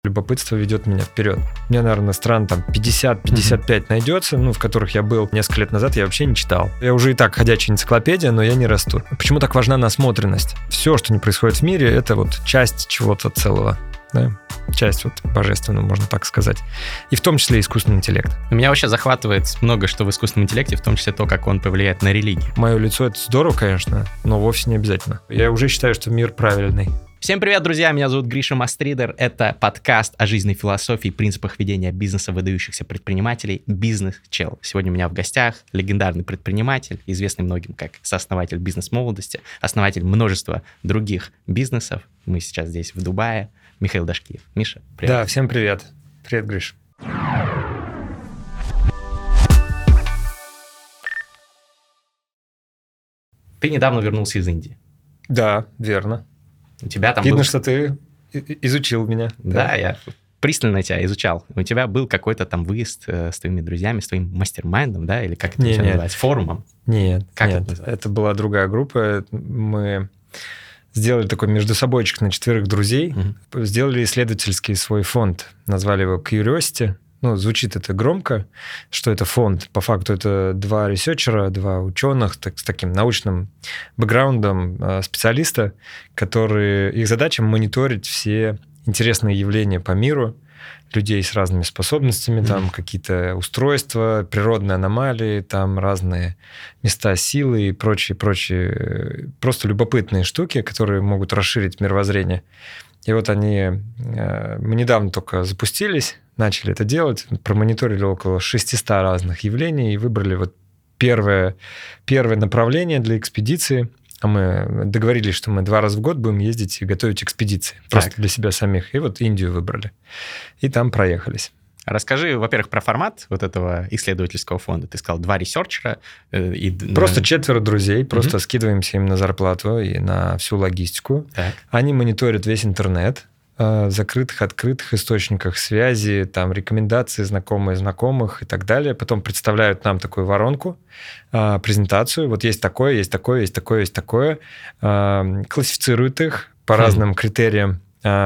Любопытство ведет меня вперед. У меня, наверное, стран там 50-55 найдется, в которых я был несколько лет назад, я вообще не читал. Я уже и так ходячая энциклопедия, но я не расту. Почему так важна насмотренность? Все, что не происходит в мире, это вот часть чего-то целого. Да? Часть вот божественного, можно так сказать. И в том числе искусственный интеллект. Меня вообще захватывает много что в искусственном интеллекте, в том числе то, как он повлияет на религию. Мое лицо — это здорово, конечно, но вовсе не обязательно. Я уже считаю, что мир правильный. Всем привет, друзья! Меня зовут Гриша Мастридер. Это подкаст о жизненной философии и принципах ведения бизнеса выдающихся предпринимателей «Бизнес-чел». Сегодня у меня в гостях легендарный предприниматель, известный многим как сооснователь бизнес-молодости, основатель множества других бизнесов. Мы сейчас здесь в Дубае. Михаил Дашкиев. Миша, привет. Да, всем привет. Привет, Гриш. Ты недавно вернулся из Индии. Да, верно. У тебя там Видно, что ты изучил меня. Да, я пристально тебя изучал. У тебя был какой-то там выезд с твоими друзьями, с твоим мастер-майндом, да? Или как это еще называется? Форумом? Нет, как нет. Это была другая группа. Мы сделали такой междусобойчик на 4 друзей. Сделали исследовательский свой фонд. Назвали его Curiosity. Звучит это громко, что это фонд. По факту это 2 ресерчера, 2 ученых с таким научным бэкграундом, специалиста, которые... Их задача — мониторить все интересные явления по миру, людей с разными способностями, там какие-то устройства, природные аномалии, там разные места силы и прочие просто любопытные штуки, которые могут расширить мировоззрение. И вот мы недавно только запустились, начали это делать, промониторили около 600 разных явлений и выбрали вот первое направление для экспедиции. А мы договорились, что мы 2 раза в год будем ездить и готовить экспедиции. Просто для себя самих. И вот Индию выбрали. И там проехались. Расскажи, во-первых, про формат вот этого исследовательского фонда. Ты сказал 2 ресерчера. Просто 4 друзей. Просто скидываемся им на зарплату и на всю логистику. Так. Они мониторят весь интернет в закрытых, открытых источниках связи, там рекомендации знакомых и так далее. Потом представляют нам такую воронку, презентацию. Вот есть такое, есть такое, есть такое, есть такое. Классифицируют их по разным критериям.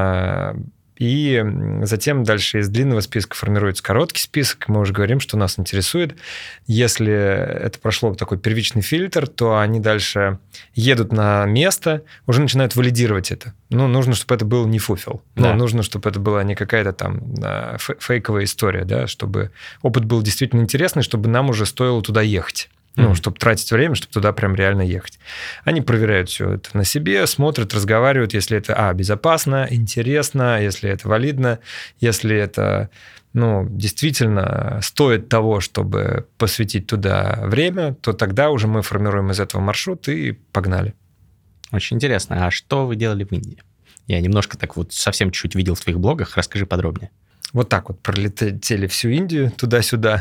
И затем дальше из длинного списка формируется короткий список. Мы уже говорим, что нас интересует. Если это прошло такой первичный фильтр, то они дальше едут на место, уже начинают валидировать это. Нужно, чтобы это был не фуфел. Нужно, чтобы это была не какая-то там фейковая история, да, чтобы опыт был действительно интересный, чтобы нам уже стоило туда ехать. Чтобы тратить время, чтобы туда прям реально ехать. Они проверяют все это на себе, смотрят, разговаривают, если это безопасно, интересно, если это валидно, если это действительно стоит того, чтобы посвятить туда время, то тогда уже мы формируем из этого маршрут и погнали. Очень интересно. А что вы делали в Индии? Я немножко так вот совсем чуть-чуть видел в твоих блогах. Расскажи подробнее. Вот так вот пролетели всю Индию туда-сюда.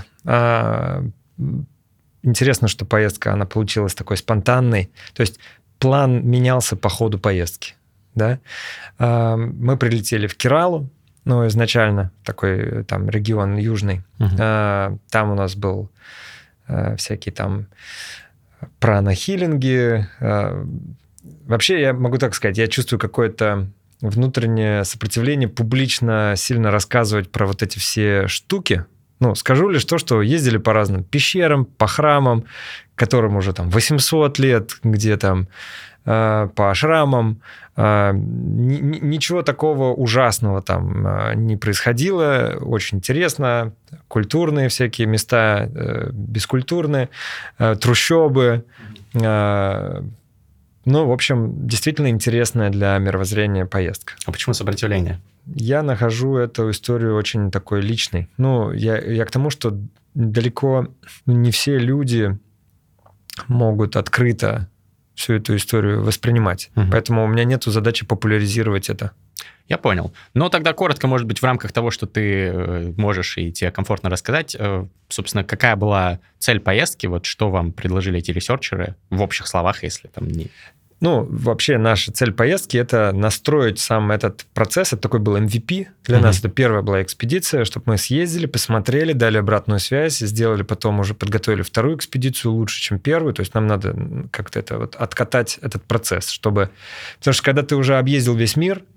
Интересно, что поездка, она получилась такой спонтанной. То есть план менялся по ходу поездки. Да? Мы прилетели в Кералу, изначально такой там регион южный. Там у нас был всякие там прана-хиллинги. Вообще, я могу так сказать, я чувствую какое-то внутреннее сопротивление публично сильно рассказывать про вот эти все штуки. Скажу лишь то, что ездили по разным пещерам, по храмам, которым уже там 800 лет, где там по ашрамам. Ничего такого ужасного там не происходило. Очень интересно. Культурные всякие места, бескультурные, трущобы. В общем, действительно интересная для мировоззрения поездка. А почему сопротивление? Я нахожу эту историю очень такой личной. Я к тому, что далеко не все люди могут открыто всю эту историю воспринимать. Поэтому у меня нету задачи популяризировать это. Я понял. Но тогда коротко, может быть, в рамках того, что ты можешь и тебе комфортно рассказать, собственно, какая была цель поездки, вот что вам предложили эти ресерчеры в общих словах, если там не... Вообще наша цель поездки — это настроить сам этот процесс. Это такой был MVP для нас. Это первая была экспедиция, чтобы мы съездили, посмотрели, дали обратную связь, сделали потом уже, подготовили 2-ю экспедицию лучше, чем 1-ю. То есть нам надо как-то это вот откатать этот процесс, чтобы... Потому что когда ты уже объездил весь мир,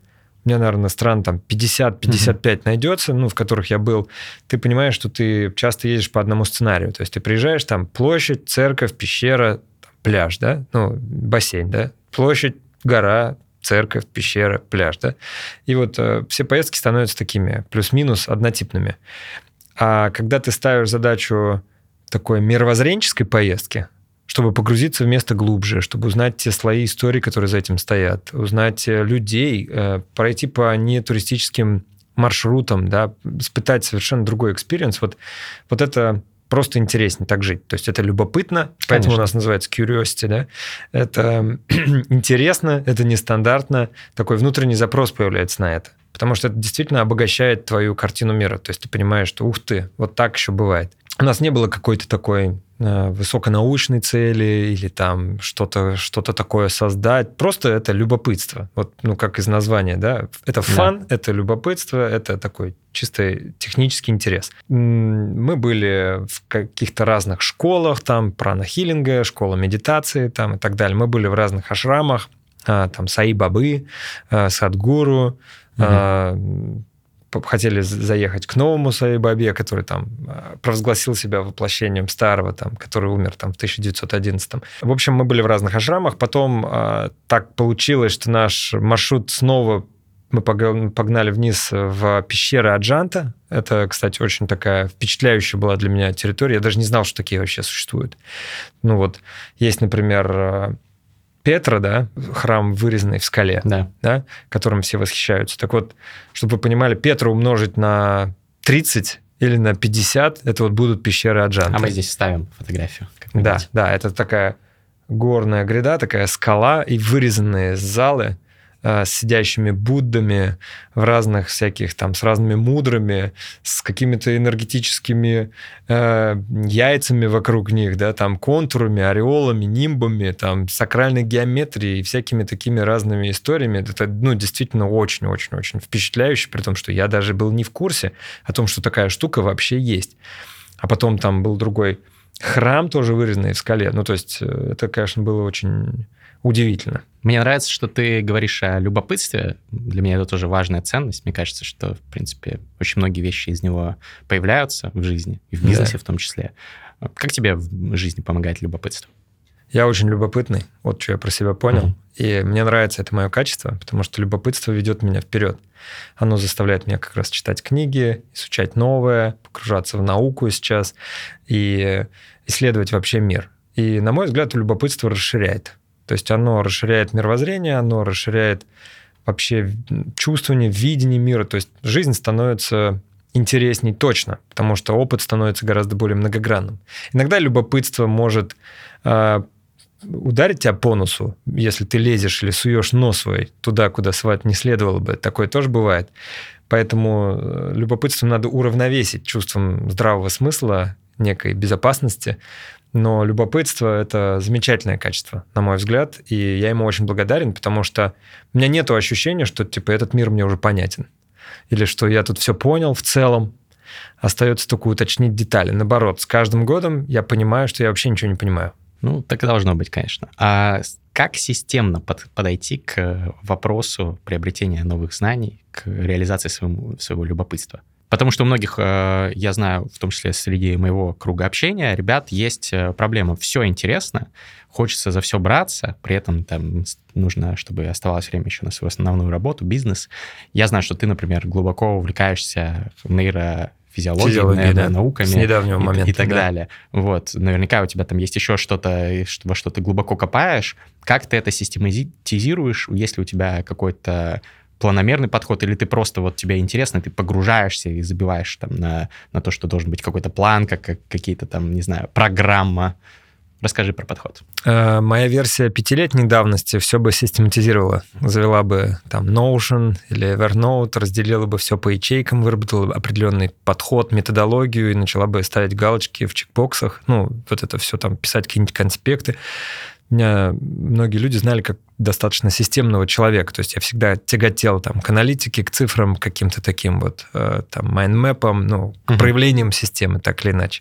меня, наверное, стран там 50-55 найдется, в которых я был, ты понимаешь, что ты часто едешь по одному сценарию. То есть ты приезжаешь, там площадь, церковь, пещера, пляж, да, бассейн, да, площадь, гора, церковь, пещера, пляж, да. И вот все поездки становятся такими плюс-минус однотипными. А когда ты ставишь задачу такой мировоззренческой поездки, чтобы погрузиться в место глубже, чтобы узнать те слои истории, которые за этим стоят, узнать людей, пройти по нетуристическим маршрутам, да, испытать совершенно другой экспириенс, вот это просто интереснее так жить. То есть это любопытно, поэтому у нас называется curiosity, да. Это интересно, это нестандартно, такой внутренний запрос появляется на это. Потому что это действительно обогащает твою картину мира. То есть ты понимаешь, что ух ты, вот так еще бывает. У нас не было какой-то такой высоконаучной цели или там что-то такое создать. Просто это любопытство. Вот, как из названия, да. Это фан, это любопытство, это такой чисто технический интерес. Мы были в каких-то разных школах, там прана-хиллинга, школа медитации там, и так далее. Мы были в разных ашрамах, там Саи-Бабы, Садгуру, хотели заехать к новому Саи-Бабе, который там провозгласил себя воплощением старого, там, который умер там, в 1911. В общем, мы были в разных ашрамах. Потом так получилось, что наш маршрут снова мы погнали вниз в пещеры Аджанта. Это, кстати, очень такая впечатляющая была для меня территория. Я даже не знал, что такие вообще существуют. Есть, например, Петра, да, храм, вырезанный в скале, да, которым все восхищаются. Так вот, чтобы вы понимали, Петру умножить на 30 или на 50, это вот будут пещеры Аджанта. А мы здесь ставим фотографию. Да, это такая горная гряда, такая скала и вырезанные залы с сидящими Буддами в разных всяких там, с разными мудрами, с какими-то энергетическими яйцами вокруг них, да, там контурами, ореолами, нимбами, там сакральной геометрией и всякими такими разными историями. Это, действительно очень-очень-очень впечатляюще, при том, что я даже был не в курсе о том, что такая штука вообще есть. А потом там был другой храм, тоже вырезанный в скале. То есть это, конечно, было очень удивительно. Мне нравится, что ты говоришь о любопытстве. Для меня это тоже важная ценность. Мне кажется, что, в принципе, очень многие вещи из него появляются в жизни, и в бизнесе в том числе. Как тебе в жизни помогает любопытство? Я очень любопытный. Вот что я про себя понял. И мне нравится это мое качество, потому что любопытство ведет меня вперед. Оно заставляет меня как раз читать книги, изучать новое, погружаться в науку сейчас и исследовать вообще мир. И, на мой взгляд, любопытство расширяет. То есть оно расширяет мировоззрение, оно расширяет вообще чувствование, видение мира. То есть жизнь становится интересней точно, потому что опыт становится гораздо более многогранным. Иногда любопытство может ударить тебя по носу, если ты лезешь или суешь нос свой туда, куда свать не следовало бы. Такое тоже бывает. Поэтому любопытство надо уравновесить чувством здравого смысла, некой безопасности. Но любопытство – это замечательное качество, на мой взгляд, и я ему очень благодарен, потому что у меня нет ощущения, что этот мир мне уже понятен, или что я тут все понял в целом, остается только уточнить детали. Наоборот, с каждым годом я понимаю, что я вообще ничего не понимаю. Так и должно быть, конечно. А как системно подойти к вопросу приобретения новых знаний, к реализации своего любопытства? Потому что у многих, я знаю, в том числе среди моего круга общения, ребят, есть проблема. Все интересно, хочется за все браться, при этом там нужно, чтобы оставалось время еще на свою основную работу, бизнес. Я знаю, что ты, например, глубоко увлекаешься физиологией, науками с недавнего момента, и так далее. Вот. Наверняка у тебя там есть еще что-то, во что ты глубоко копаешь. Как ты это систематизируешь, если у тебя какой-то планомерный подход, или ты просто тебе интересно, ты погружаешься и забиваешь там на то, что должен быть какой-то план, какие-то там, не знаю, программа. Расскажи про подход. Моя версия 5-летней давности все бы систематизировала. Завела бы там Notion или Evernote, разделила бы все по ячейкам, выработала бы определенный подход, методологию и начала бы ставить галочки в чекбоксах. Вот это все там, писать какие-нибудь конспекты. Меня многие люди знали как достаточно системного человека. То есть я всегда тяготел там, к аналитике, к цифрам, к каким-то таким там майндмэпам, к проявлениям системы, так или иначе.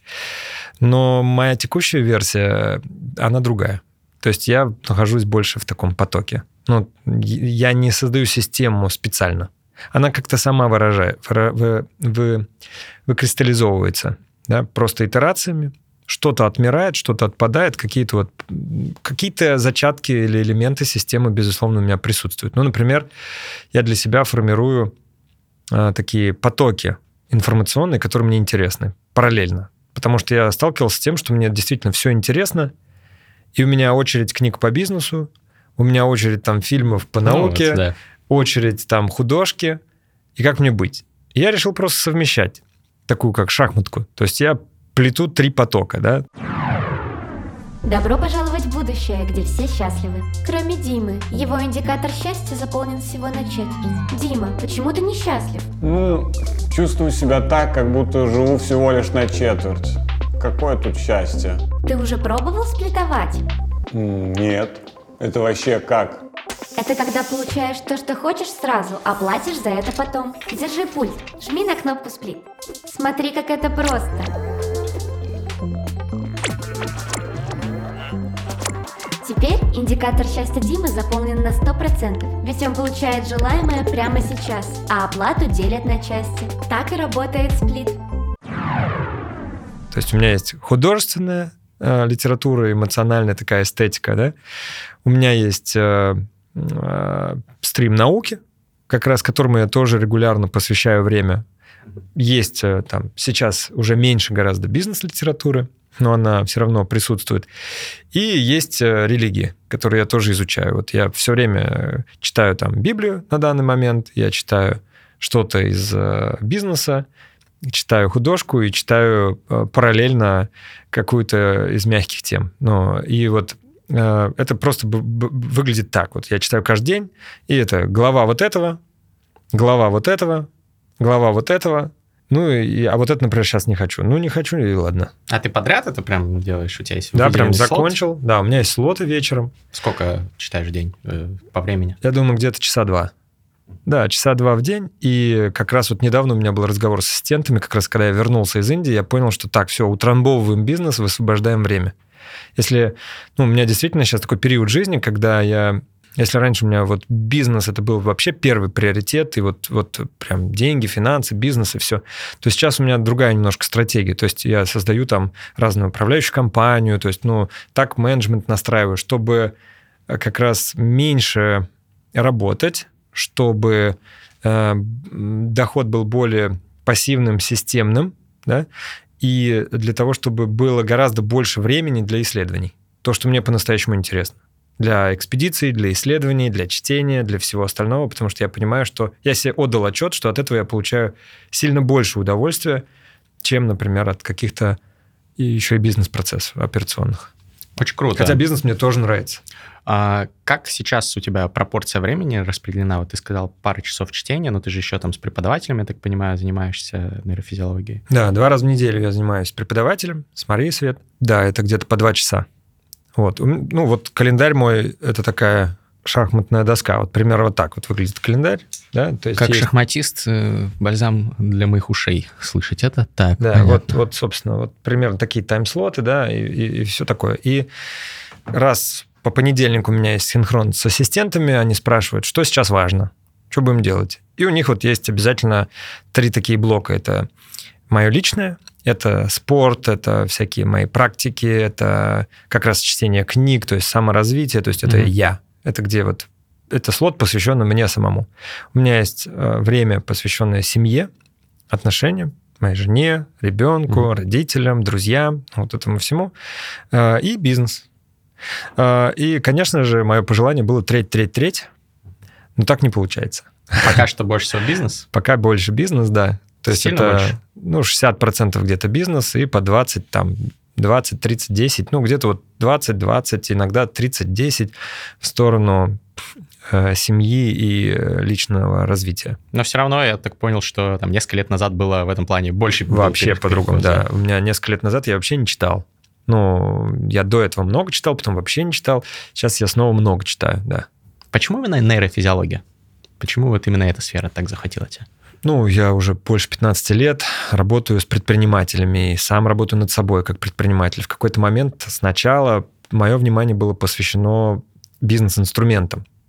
Но моя текущая версия, она другая. То есть я нахожусь больше в таком потоке. Ну, я не создаю систему специально. Она как-то сама выкристаллизовывается, да, просто итерациями. Что-то отмирает, что-то отпадает, какие-то зачатки или элементы системы, безусловно, у меня присутствуют. Ну, например, я для себя формирую такие потоки информационные, которые мне интересны, параллельно. Потому что я сталкивался с тем, что мне действительно все интересно, и у меня очередь книг по бизнесу, у меня очередь там фильмов по науке, да. очередь там художки. И как мне быть? И я решил просто совмещать такую как шахматку. То есть я плету 3 потока, да? Добро пожаловать в будущее, где все счастливы. Кроме Димы. Его индикатор счастья заполнен всего на четверть. Дима, почему ты несчастлив? Чувствую себя так, как будто живу всего лишь на четверть. Какое тут счастье? Ты уже пробовал сплитовать? Нет. Это вообще как? Это когда получаешь то, что хочешь сразу, а платишь за это потом. Держи пульт, жми на кнопку сплит. Смотри, как это просто. Теперь индикатор счастья Димы заполнен на 100%, ведь он получает желаемое прямо сейчас, а оплату делят на части. Так и работает сплит. То есть у меня есть художественная литература, эмоциональная такая эстетика, да? У меня есть стрим науки, как раз которому я тоже регулярно посвящаю время. Есть там сейчас уже меньше гораздо бизнес-литературы, но она все равно присутствует. И есть религии, которые я тоже изучаю. Вот я все время читаю там Библию на данный момент, я читаю что-то из бизнеса, читаю художку и читаю параллельно какую-то из мягких тем. И вот это просто выглядит так. Вот я читаю каждый день, и это глава вот этого, глава вот этого, глава вот этого. А вот это, например, сейчас не хочу. Не хочу, и ладно. А ты подряд это прям делаешь? У тебя есть Да, прям слот? закончил. Да, у меня есть слоты вечером. Сколько читаешь в день по времени? Я думаю, где-то часа 2. Да, часа 2 в день. И как раз вот недавно у меня был разговор с ассистентами, как раз когда я вернулся из Индии, я понял, что так, все, утрамбовываем бизнес, высвобождаем время. Если, у меня действительно сейчас такой период жизни, когда если раньше у меня вот бизнес, это был вообще первый приоритет, и вот прям деньги, финансы, бизнес и все, то сейчас у меня другая немножко стратегия. То есть я создаю там разную управляющую компанию, то есть, так менеджмент настраиваю, чтобы как раз меньше работать, чтобы доход был более пассивным, системным, да, и для того, чтобы было гораздо больше времени для исследований. То, что мне по-настоящему интересно. Для экспедиций, для исследований, для чтения, для всего остального, потому что я понимаю, что я себе отдал отчет, что от этого я получаю сильно больше удовольствия, чем, например, от каких-то еще и бизнес-процессов операционных. Очень круто. Хотя бизнес мне тоже нравится. А как сейчас у тебя пропорция времени распределена? Вот ты сказал пару часов чтения, но ты же еще там с преподавателем, я так понимаю, занимаешься нейрофизиологией. Да, 2 раза в неделю я занимаюсь преподавателем, с Марией Свет. Да, это где-то по 2 часа. Вот. Вот календарь мой, это такая шахматная доска. Вот примерно вот так вот выглядит календарь. Да? То есть как шахматист, бальзам для моих ушей слышать это. Так, да, вот, собственно, вот примерно такие тайм-слоты, да, и все такое. И раз по понедельнику у меня есть синхрон с ассистентами, они спрашивают, что сейчас важно, что будем делать. И у них вот есть обязательно 3 такие блока. Это мое личное, это спорт, это всякие мои практики, это как раз чтение книг, то есть саморазвитие, то есть это я. Это где вот... Это слот, посвященный мне самому. У меня есть время, посвященное семье, отношениям, моей жене, ребенку, родителям, друзьям, вот этому всему, и бизнес. И, конечно же, мое пожелание было треть, но так не получается. Пока что больше всего бизнес? Пока больше бизнес, да. То есть сильно больше? 60% где-то бизнес, и по 20, там, 20, 30, 10, где-то вот 20, 20, иногда 30, 10 в сторону семьи и личного развития. Но все равно я так понял, что там несколько лет назад было в этом плане больше... Вообще по-другому, да. У меня несколько лет назад я вообще не читал. Я до этого много читал, потом вообще не читал. Сейчас я снова много читаю, да. Почему именно нейрофизиология? Почему вот именно эта сфера так захватила тебя? Я уже больше 15 лет работаю с предпринимателями и сам работаю над собой как предприниматель. В какой-то момент сначала мое внимание было посвящено бизнес-инструментам.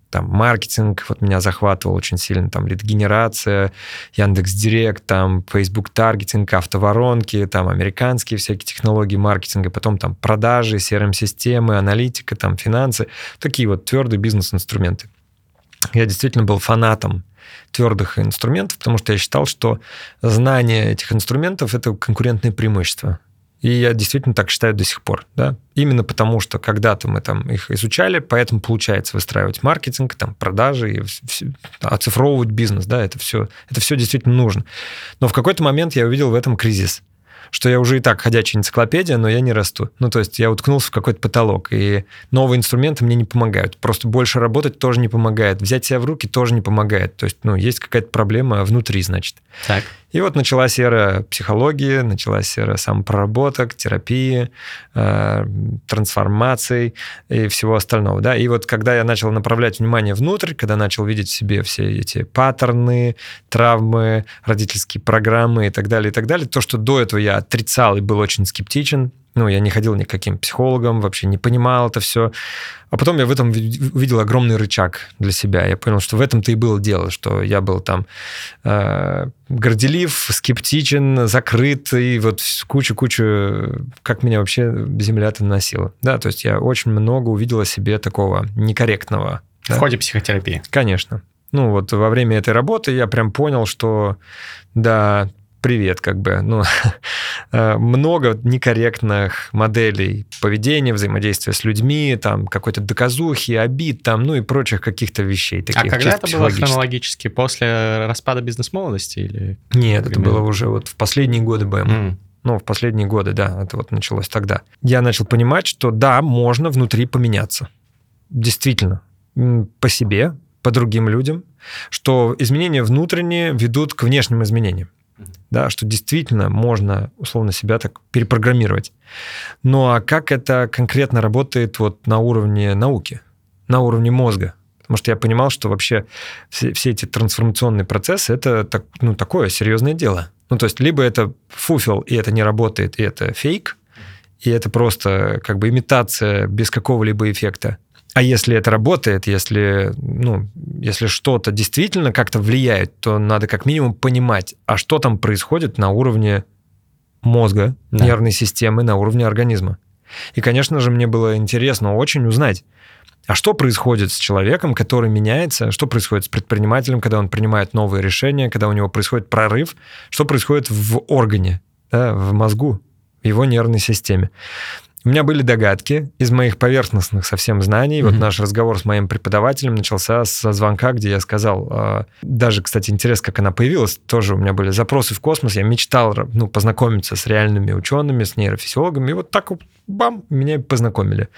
там маркетинг вот меня захватывал очень сильно, там лид-генерация, Яндекс.Директ, там Facebook таргетинг, автоворонки, там американские всякие технологии маркетинга, потом там продажи, CRM-системы, аналитика, там финансы, такие вот твердые бизнес-инструменты. Я действительно был фанатом твердых инструментов, потому что я считал, что знание этих инструментов — это конкурентное преимущество. И я действительно так считаю до сих пор. Да? Именно потому, что когда-то мы там их изучали, поэтому получается выстраивать маркетинг, там, продажи, и оцифровывать бизнес. Да? Это все действительно нужно. Но в какой-то момент я увидел в этом кризис, что я уже и так ходячая энциклопедия, но я не расту. Ну, то есть я уткнулся в какой-то потолок, и новые инструменты мне не помогают. Просто больше работать тоже не помогает. Взять себя в руки тоже не помогает. То есть, есть какая-то проблема внутри, значит. Так. И вот началась эра психологии, началась эра самопроработок, терапии, трансформаций и всего остального. Да? И вот когда я начал направлять внимание внутрь, когда начал видеть в себе все эти паттерны, травмы, родительские программы и так далее, то, что до этого я отрицал и был очень скептичен, я не ходил ни к каким психологам, вообще не понимал это все. А потом я в этом увидел огромный рычаг для себя. Я понял, что в этом-то и было дело, что я был там горделив, скептичен, закрыт, и вот кучу, как меня вообще земля-то носила. Да, то есть я очень много увидел о себе такого некорректного. В ходе психотерапии? Конечно. Вот во время этой работы я прям понял, что да, привет, много некорректных моделей поведения, взаимодействия с людьми, там, какой-то доказухи, обид, там, и прочих каких-то вещей. Таких, а когда это было хронологически? После распада бизнес-молодости? Или... Нет, это было уже вот в последние годы БМ. В последние годы, да, это вот началось тогда. Я начал понимать, что да, можно внутри поменяться. Действительно. По себе, по другим людям, что изменения внутренние ведут к внешним изменениям. Да, что действительно можно, условно, себя так перепрограммировать. А как это конкретно работает вот на уровне науки, на уровне мозга? Потому что я понимал, что вообще все эти трансформационные процессы — это такое серьезное дело. То есть либо это фуфел, и это не работает, и это фейк, и это просто имитация без какого-либо эффекта. А если это работает, если что-то действительно как-то влияет, то надо как минимум понимать, а что там происходит на уровне мозга, нервной системы, на уровне организма. И, конечно же, мне было интересно очень узнать, а что происходит с человеком, который меняется, что происходит с предпринимателем, когда он принимает новые решения, когда у него происходит прорыв, что происходит в органе, да, в мозгу, в его нервной системе. У меня были догадки из моих поверхностных совсем знаний. Вот наш разговор с моим преподавателем начался со звонка, где я сказал... Даже, кстати, интересно, как она появилась. Тоже у меня были запросы в космос. Я мечтал познакомиться с реальными учеными, с нейрофизиологами. И вот так вот, бам, меня познакомили.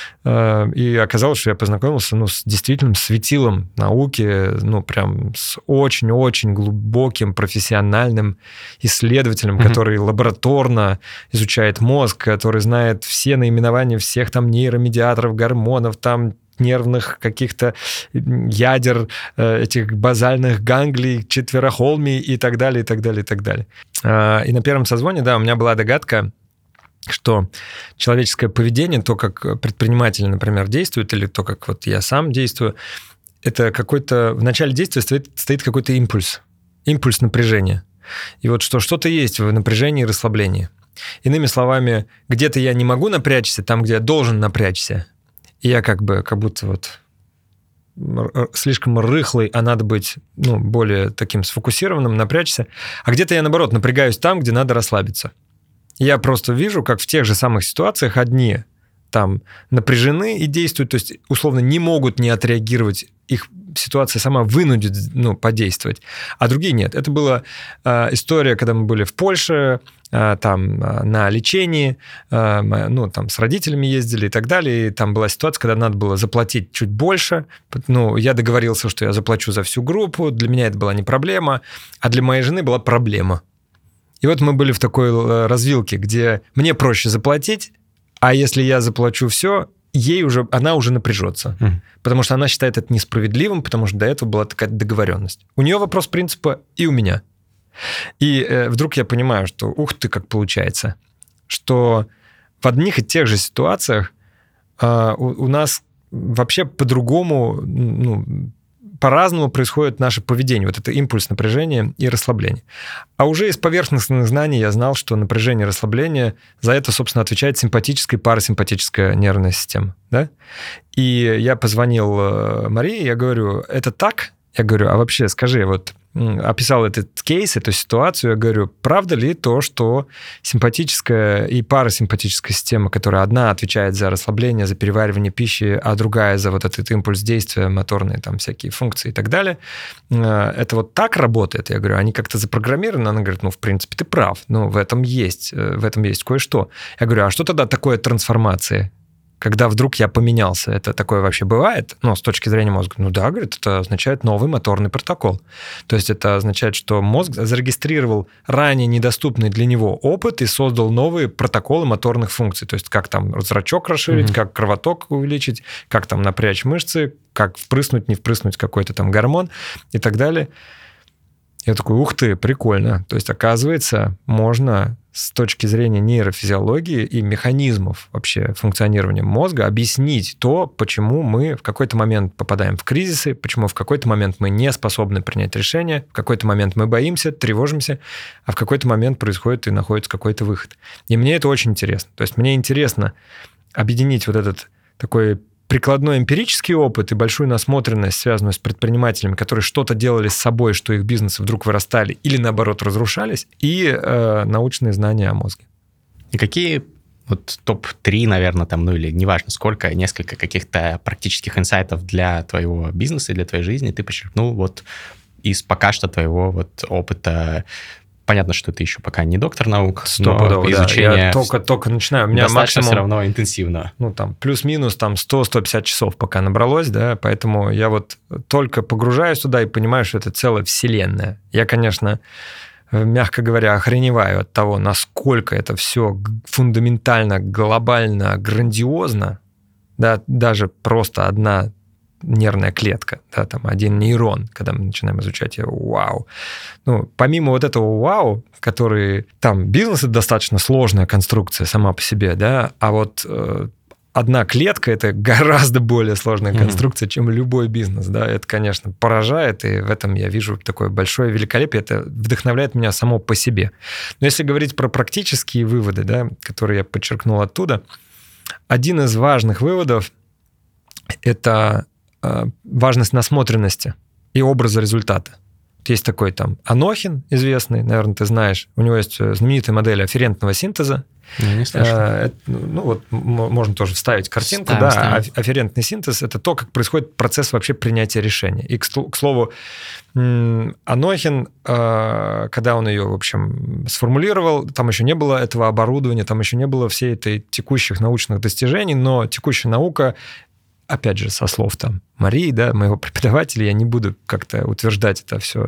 И оказалось, что я познакомился с действительно светилом науки, прям с очень-очень глубоким профессиональным исследователем, который лабораторно изучает мозг, который знает все наименования всех там нейромедиаторов, гормонов, там нервных каких-то ядер, этих базальных ганглий, четверохолмий и так далее, и так далее, и так далее. И на первом созвоне, да, у меня была догадка, что человеческое поведение, то, как предприниматели, например, действуют, или то, как вот я сам действую, это какой-то... В начале действия стоит какой-то импульс напряжения. И вот что-то есть в напряжении и расслаблении. Иными словами, где-то я не могу напрячься, там, где я должен напрячься. И я как будто вот слишком рыхлый, а надо быть более таким сфокусированным, напрячься. А где-то я, наоборот, напрягаюсь там, где надо расслабиться. Я просто вижу, как в тех же самых ситуациях одни там напряжены и действуют, то есть, условно, не могут не отреагировать, их ситуация сама вынудит подействовать, а другие нет. Это была история, когда мы были в Польше, там на лечении, там с родителями ездили и так далее, и там была ситуация, когда надо было заплатить чуть больше, я договорился, что я заплачу за всю группу, для меня это была не проблема, а для моей жены была проблема. И вот мы были в такой развилке, где мне проще заплатить, а если я заплачу все, она уже напряжется. Потому что она считает это несправедливым, потому что до этого была такая договоренность. У нее вопрос принципа и у меня. И вдруг я понимаю, что ух ты, как получается, что в одних и тех же ситуациях у нас вообще по-другому, по-разному происходит наше поведение, вот это импульс напряжения и расслабления. А уже из поверхностных знаний я знал, что напряжение и расслабление, за это, собственно, отвечает симпатическая и парасимпатическая нервная система. Да? И я позвонил Марии, я говорю, это так? Я говорю, а вообще скажи, вот описал этот кейс, эту ситуацию, я говорю, правда ли то, что симпатическая и парасимпатическая система, которая одна отвечает за расслабление, за переваривание пищи, а другая за вот этот импульс действия, моторные там всякие функции и так далее, это вот так работает? Я говорю, они как-то запрограммированы? Она говорит, в принципе, ты прав, в этом есть кое-что. Я говорю, а что тогда такое трансформация? Когда вдруг я поменялся, это такое вообще бывает? С точки зрения мозга. Да, говорит, это означает новый моторный протокол. То есть это означает, что мозг зарегистрировал ранее недоступный для него опыт и создал новые протоколы моторных функций. То есть как там зрачок расширить, как кровоток увеличить, как там напрячь мышцы, как впрыснуть, не впрыснуть какой-то там гормон и так далее. Я такой, ух ты, прикольно. То есть, оказывается, можно с точки зрения нейрофизиологии и механизмов вообще функционирования мозга объяснить то, почему мы в какой-то момент попадаем в кризисы, почему в какой-то момент мы не способны принять решение, в какой-то момент мы боимся, тревожимся, а в какой-то момент происходит и находится какой-то выход. И мне это очень интересно. То есть мне интересно объединить вот этот такой прикладной эмпирический опыт и большую насмотренность, связанную с предпринимателями, которые что-то делали с собой, что их бизнесы вдруг вырастали или, наоборот, разрушались, и научные знания о мозге. И какие вот топ-3, наверное, там, или неважно сколько, несколько каких-то практических инсайтов для твоего бизнеса и для твоей жизни ты почерпнул вот из пока что твоего вот опыта? Понятно, что ты еще пока не доктор наук, но изучение... Я только начинаю. У меня достаточно максимум... все равно интенсивно. Плюс-минус 100-150 часов пока набралось, да, поэтому я вот только погружаюсь туда и понимаю, что это целая вселенная. Я, конечно, мягко говоря, охреневаю от того, насколько это все фундаментально, глобально, грандиозно, да, даже просто одна нервная клетка, да, там один нейрон, когда мы начинаем изучать, вау. Помимо вот этого вау, который там бизнес — это достаточно сложная конструкция сама по себе, да, а вот одна клетка — это гораздо более сложная конструкция, чем любой бизнес, да, это, конечно, поражает, и в этом я вижу такое большое великолепие, это вдохновляет меня само по себе. Но если говорить про практические выводы, да, которые я подчеркнул оттуда, один из важных выводов — это важность насмотренности и образа результата. Есть такой там Анохин, известный, наверное, ты знаешь. У него есть знаменитая модель афферентного синтеза. Не слышал. Можно тоже вставить картинку. Ставим. Афферентный синтез — это то, как происходит процесс вообще принятия решения. И, к слову, Анохин, когда он ее, в общем, сформулировал, там еще не было этого оборудования, там еще не было всей этой текущих научных достижений, но текущая наука, опять же, со слов там Марии, да, моего преподавателя, я не буду как-то утверждать это все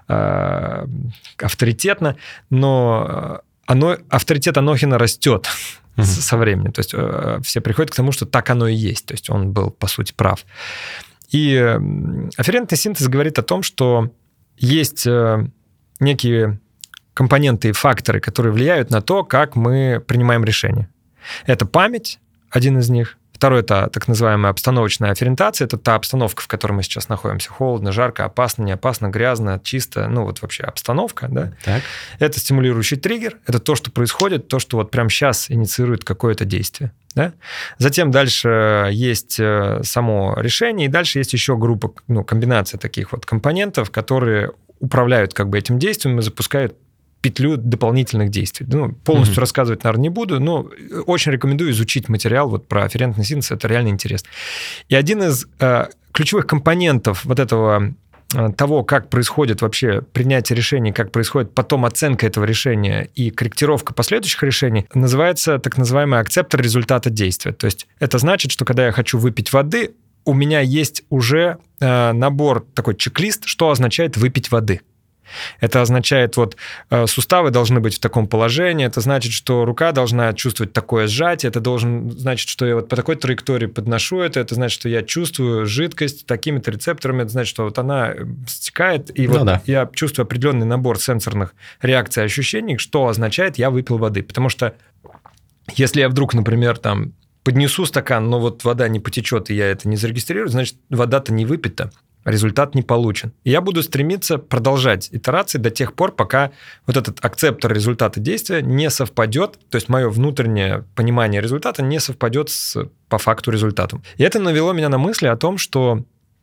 авторитетно, но авторитет Анохина растет со временем. То есть все приходят к тому, что так оно и есть. То есть он был, по сути, прав. И афферентный синтез говорит о том, что есть некие компоненты и факторы, которые влияют на то, как мы принимаем решения. Это память, один из них. Второе — это так называемая обстановочная афферентация. Это та обстановка, в которой мы сейчас находимся. Холодно, жарко, опасно, не опасно, грязно, чисто. Вообще обстановка. Да? Так. Это стимулирующий триггер. Это то, что происходит, то, что вот прямо сейчас инициирует какое-то действие. Да? Затем дальше есть само решение, и дальше есть еще группа, комбинация таких вот компонентов, которые управляют этим действием и запускают петлю дополнительных действий. Полностью рассказывать, наверное, не буду, но очень рекомендую изучить материал вот про афферентный синтез, это реально интересно. И один из ключевых компонентов вот этого, того, как происходит вообще принятие решений, как происходит потом оценка этого решения и корректировка последующих решений, называется так называемый акцептор результата действия. То есть это значит, что когда я хочу выпить воды, у меня есть уже набор, такой чек-лист, что означает выпить воды. Это означает, суставы должны быть в таком положении, это значит, что рука должна чувствовать такое сжатие, это значит, что я по такой траектории подношу это значит, что я чувствую жидкость такими-то рецепторами, это значит, что она стекает, и я чувствую определенный набор сенсорных реакций и ощущений, что означает, я выпил воды. Потому что если я вдруг, например, там поднесу стакан, но вот вода не потечет, и я это не зарегистрирую, значит, вода-то не выпита, результат не получен. И я буду стремиться продолжать итерации до тех пор, пока вот этот акцептор результата действия не совпадет, то есть мое внутреннее понимание результата не совпадет по факту результатом. И это навело меня на мысли о том, что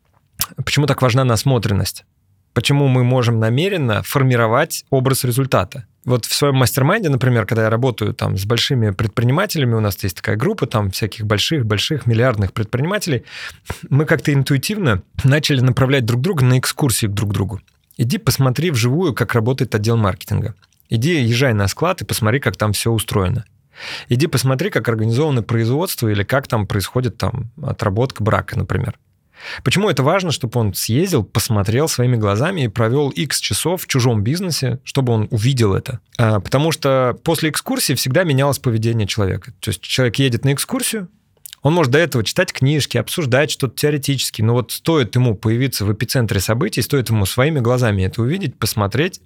почему так важна насмотренность. Почему мы можем намеренно формировать образ результата. Вот в своем мастер-майнде, например, когда я работаю там с большими предпринимателями, у нас есть такая группа там всяких больших миллиардных предпринимателей, мы как-то интуитивно начали направлять друг друга на экскурсии друг к другу. Иди посмотри вживую, как работает отдел маркетинга. Иди езжай на склад и посмотри, как там все устроено. Иди посмотри, как организовано производство или как там происходит там отработка брака, например. Почему это важно, чтобы он съездил, посмотрел своими глазами и провел X часов в чужом бизнесе, чтобы он увидел это? Потому что после экскурсии всегда менялось поведение человека. То есть человек едет на экскурсию, он может до этого читать книжки, обсуждать что-то теоретически, но вот стоит ему появиться в эпицентре событий, стоит ему своими глазами это увидеть, посмотреть,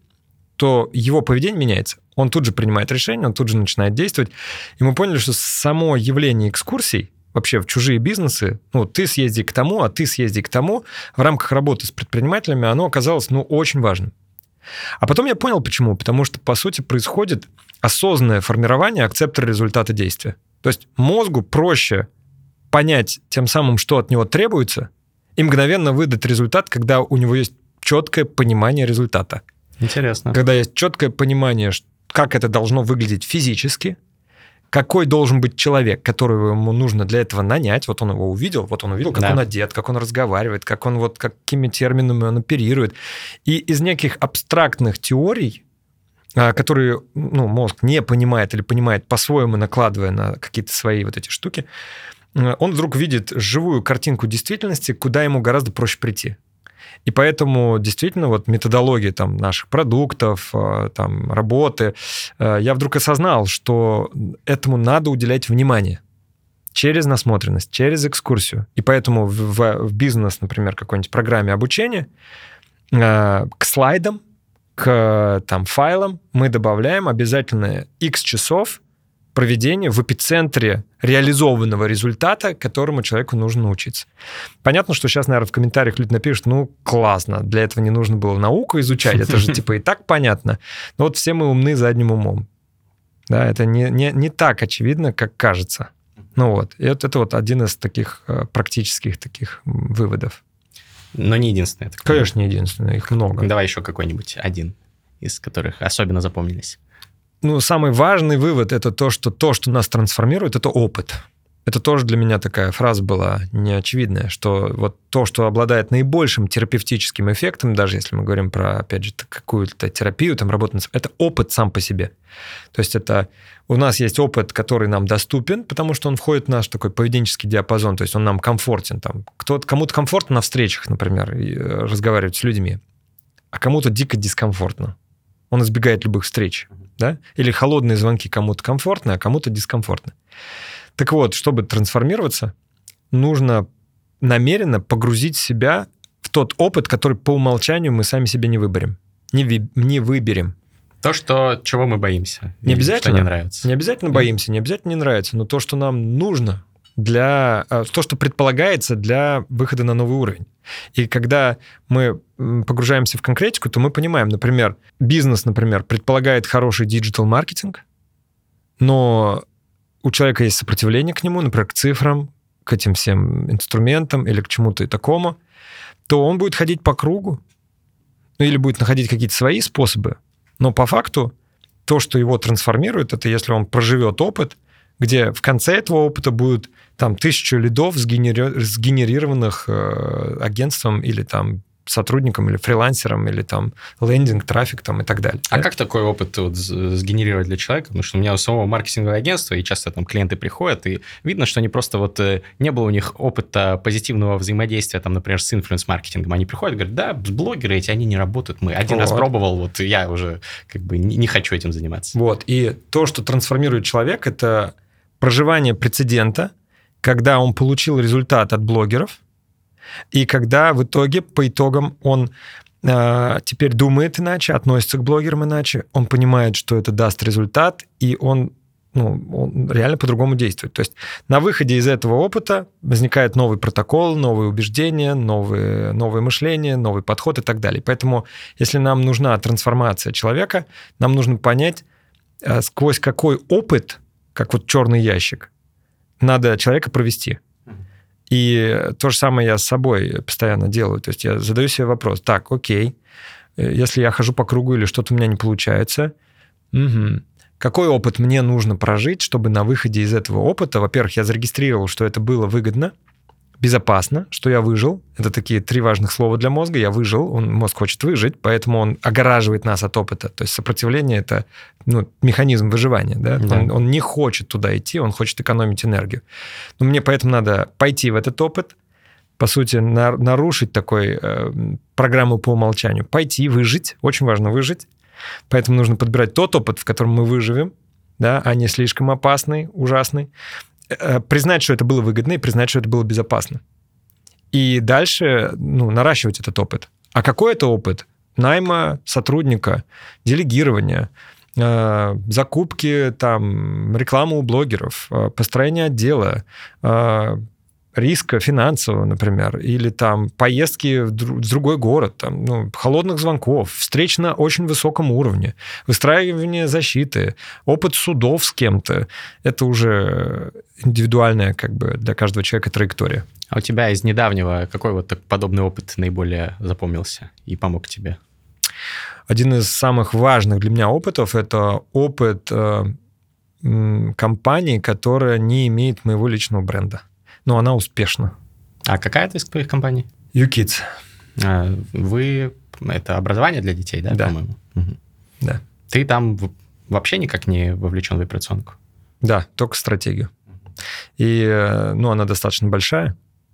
то его поведение меняется. Он тут же принимает решение, он тут же начинает действовать. И мы поняли, что само явление экскурсий вообще в чужие бизнесы, ну, ты съезди к тому, а ты съезди к тому, в рамках работы с предпринимателями, оно оказалось, ну, очень важным. А потом я понял, почему. Потому что, по сути, происходит осознанное формирование акцептора результата действия. То есть мозгу проще понять тем самым, что от него требуется, и мгновенно выдать результат, когда у него есть четкое понимание результата. Интересно. Когда есть четкое понимание, как это должно выглядеть физически, какой должен быть человек, которого ему нужно для этого нанять. Вот он его увидел, как он одет, как он разговаривает, как он вот какими терминами он оперирует. И из неких абстрактных теорий, которые мозг не понимает или понимает по-своему, накладывая на какие-то свои вот эти штуки, он вдруг видит живую картинку действительности, куда ему гораздо проще прийти. И поэтому действительно вот методология там, наших продуктов, там, работы, я вдруг осознал, что этому надо уделять внимание через насмотренность, через экскурсию. И поэтому в бизнес, например, какой-нибудь программе обучения к слайдам, к там, файлам мы добавляем обязательно X часов проведения в эпицентре реализованного результата, которому человеку нужно научиться. Понятно, что сейчас, наверное, в комментариях люди напишут, классно, для этого не нужно было науку изучать, это же типа и так понятно. Но вот все мы умны задним умом. Да, это не так очевидно, как кажется. И это вот один из таких практических таких выводов. Но не единственный. Конечно, не единственный, их много. Давай еще какой-нибудь один, из которых особенно запомнились. Самый важный вывод — это то, что нас трансформирует, это опыт. Это тоже для меня такая фраза была неочевидная, что вот то, что обладает наибольшим терапевтическим эффектом, даже если мы говорим про, опять же, какую-то терапию, там, работу, это опыт сам по себе. То есть это у нас есть опыт, который нам доступен, потому что он входит в наш такой поведенческий диапазон, то есть он нам комфортен. Там, кому-то комфортно на встречах, например, разговаривать с людьми, а кому-то дико дискомфортно. Он избегает любых встреч. Да? Или холодные звонки кому-то комфортно, а кому-то дискомфортно. Так вот, чтобы трансформироваться, нужно намеренно погрузить себя в тот опыт, который по умолчанию мы сами себе не выберем. Не выберем. То, чего мы боимся. Не обязательно. Что не нравится. Не обязательно боимся, не обязательно не нравится, но то, что нам нужно то, что предполагается для выхода на новый уровень. И когда мы погружаемся в конкретику, то мы понимаем, например, бизнес, предполагает хороший диджитал-маркетинг, но у человека есть сопротивление к нему, например, к цифрам, к этим всем инструментам или к чему-то такому, то он будет ходить по кругу, или будет находить какие-то свои способы. Но по факту то, что его трансформирует, это если он проживет опыт, где в конце этого опыта будет там 1000 лидов, сгенерированных агентством или там сотрудником, или фрилансером, или там лендинг, трафик там, и так далее. А как такой опыт сгенерировать для человека? Потому что у меня у самого маркетинговое агентство, и часто там клиенты приходят, и видно, что они просто не было у них опыта позитивного взаимодействия, там, например, с инфлюенс-маркетингом. Они приходят и говорят, да, блогеры эти, они не работают. Мы один раз пробовал, я уже не хочу этим заниматься. Вот, и то, что трансформирует человека, это проживание прецедента, когда он получил результат от блогеров, и когда в итоге, по итогам, он теперь думает иначе, относится к блогерам иначе, он понимает, что это даст результат, и он он реально по-другому действует. То есть на выходе из этого опыта возникает новый протокол, новые убеждения, новое мышление, новый подход и так далее. Поэтому если нам нужна трансформация человека, нам нужно понять, сквозь какой опыт, как вот черный ящик, надо человека провести. И то же самое я с собой постоянно делаю. То есть я задаю себе вопрос: так, окей, если я хожу по кругу или что-то у меня не получается, какой опыт мне нужно прожить, чтобы на выходе из этого опыта, во-первых, я зарегистрировал, что это было выгодно, безопасно, что я выжил. Это такие 3 важных слова для мозга. Я выжил, мозг хочет выжить, поэтому он огораживает нас от опыта. То есть сопротивление — это механизм выживания. Да? Он не хочет туда идти, он хочет экономить энергию. Но мне поэтому надо пойти в этот опыт, по сути, нарушить такой программу по умолчанию. Пойти, выжить. Очень важно выжить. Поэтому нужно подбирать тот опыт, в котором мы выживем, да, а не слишком опасный, ужасный. Признать, что это было выгодно, и признать, что это было безопасно. И дальше наращивать этот опыт. А какой это опыт? Найма сотрудника, делегирования, закупки, рекламы у блогеров, построение отдела, риска финансового, например, или поездки в другой город, холодных звонков, встреч на очень высоком уровне, выстраивание защиты, опыт судов с кем-то. Это уже индивидуальная для каждого человека траектория. А у тебя из недавнего какой подобный опыт наиболее запомнился и помог тебе? Один из самых важных для меня опытов — это опыт компании, которая не имеет моего личного бренда. Но она успешна. А какая это из твоих компаний? YouKids. Это образование для детей, да? Да. По-моему? Угу. Да. Ты там вообще никак не вовлечен в операционку? Да, только стратегию. И она достаточно большая.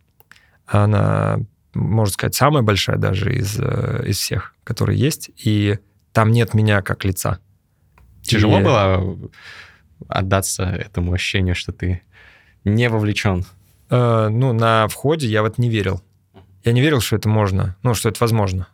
Она, можно сказать, самая большая даже из всех, которые есть. И там нет меня как лица. Тяжело было отдаться этому ощущению, что ты не вовлечен? На входе я не верил. Я не верил, что это можно, что это возможно.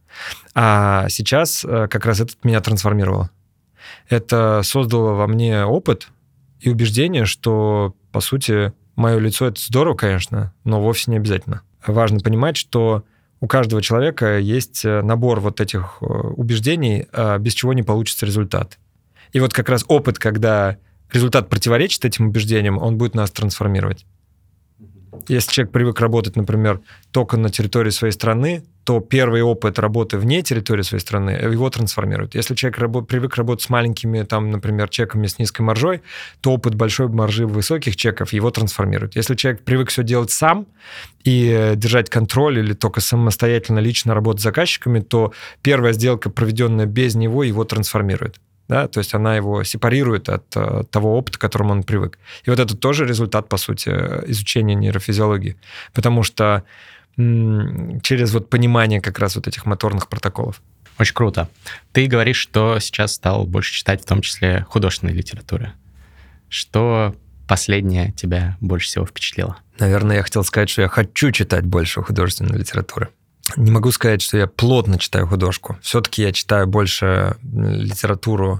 А сейчас как раз это меня трансформировало. Это создало во мне опыт и убеждение, что, по сути, мое лицо — это здорово, конечно, но вовсе не обязательно. Важно понимать, что у каждого человека есть набор этих убеждений, без чего не получится результат. И как раз опыт, когда результат противоречит этим убеждениям, он будет нас трансформировать. Если человек привык работать, например, только на территории своей страны, то первый опыт работы вне территории своей страны его трансформирует. Если человек привык работать с маленькими, например, чеками с низкой маржой, то опыт большой маржи высоких чеков его трансформирует. Если человек привык все делать сам и держать контроль или только самостоятельно лично работать с заказчиками, то первая сделка, проведенная без него, его трансформирует. Да? То есть она его сепарирует от того опыта, к которому он привык. И это тоже результат, по сути, изучения нейрофизиологии. Потому что через понимание как раз этих моторных протоколов. Очень круто. Ты говоришь, что сейчас стал больше читать, в том числе художественной литературы. Что последнее тебя больше всего впечатлило? Наверное, я хотел сказать, что я хочу читать больше художественной литературы. Не могу сказать, что я плотно читаю художку. Все-таки я читаю больше литературу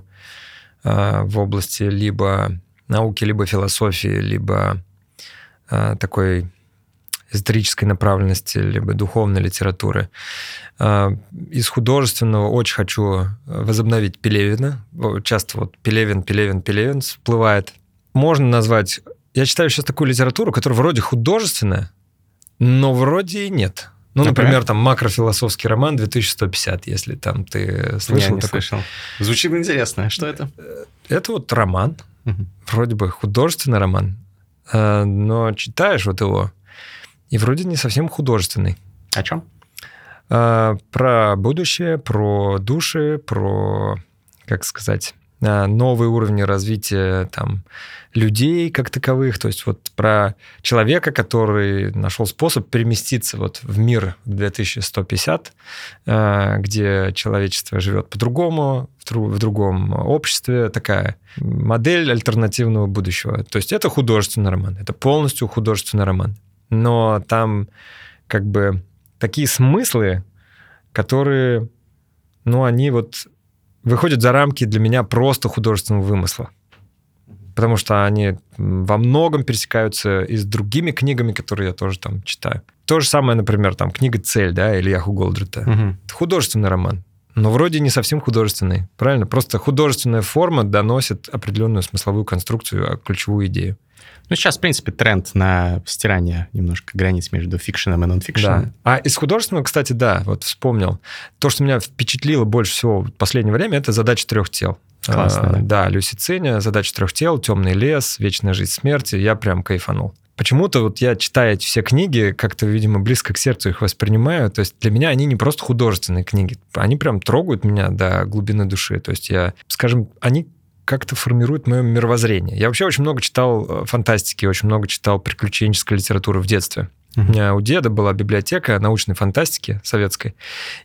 в области либо науки, либо философии, либо такой эзотерической направленности, либо духовной литературы. Из художественного очень хочу возобновить Пелевина. Часто Пелевин всплывает. Можно назвать... Я читаю сейчас такую литературу, которая вроде художественная, но вроде и нет. Например, макрофилософский роман 2150, если ты слышал. Я не слышал. Звучит интересно. Что это? Это роман. Вроде бы художественный роман. Но читаешь его, и вроде не совсем художественный. О чем? Про будущее, про души, про, новые уровни развития людей как таковых, то есть про человека, который нашел способ переместиться в мир 2150, где человечество живет по-другому, в другом обществе, такая модель альтернативного будущего. То есть это художественный роман, это полностью художественный роман. Но там такие смыслы, которые, они выходят за рамки для меня просто художественного вымысла. потому что они во многом пересекаются и с другими книгами, которые я тоже там читаю. То же самое, например, там книга «Цель», да, Ильяху Голдрата. Это художественный роман, но вроде не совсем художественный, правильно? Просто художественная форма доносит определенную смысловую конструкцию, ключевую идею. Ну, сейчас, в принципе, тренд на стирание немножко границ между фикшеном и нон-фикшеном. Да. А из художественного, кстати, да, вот вспомнил. То, что меня впечатлило больше всего в последнее время, это «Задача трех тел». Классно, да, Люси Ценя, «Задача трех тел», «Темный лес», «Вечная жизнь смерти». Я прям кайфанул. Почему-то вот я, читая эти все книги, как-то, видимо, близко к сердцу их воспринимаю. То есть для меня они не просто художественные книги. Они прям трогают меня до глубины души. То есть они как-то формируют мое мировоззрение. Я вообще очень много читал фантастики, очень много читал приключенческой литературы в детстве. У меня у деда была библиотека научной фантастики советской,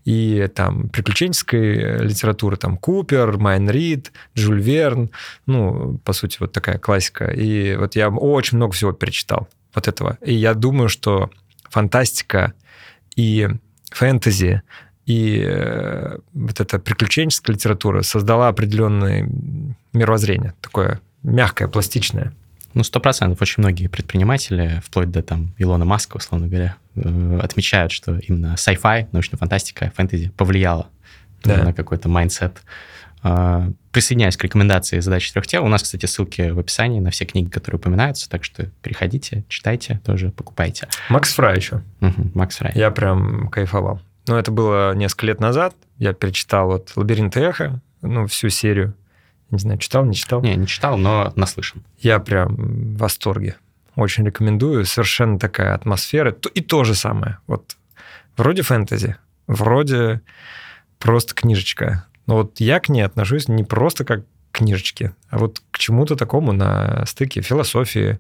и там приключенческой литературы, там Купер, Майн Рид, Жюль Верн, ну, по сути, вот такая классика. И вот я очень много всего перечитал вот этого. И я думаю, что фантастика и фэнтези, и вот эта приключенческая литература создала определенное мировоззрение, такое мягкое, пластичное. Ну, 100%. Очень многие предприниматели, вплоть до там Илона Маска, условно говоря, отмечают, что именно sci-fi, научная фантастика, фэнтези повлияло на какой-то майндсет. Присоединяюсь к рекомендации «Задачи трех тел». У нас, кстати, ссылки в описании на все книги, которые упоминаются, так что переходите, читайте, тоже покупайте. Макс Фрай еще. Макс Фрай. Я прям кайфовал. Но это было несколько лет назад. Я перечитал вот «Лабиринт и эхо», ну, всю серию. Не знаю, читал, не читал? Не читал, но наслышан. Я прям в восторге. Очень рекомендую. Совершенно такая атмосфера. И то же самое. Вот вроде фэнтези, вроде просто книжечка. Но вот я к ней отношусь не просто как к книжечке, а вот к чему-то такому на стыке философии,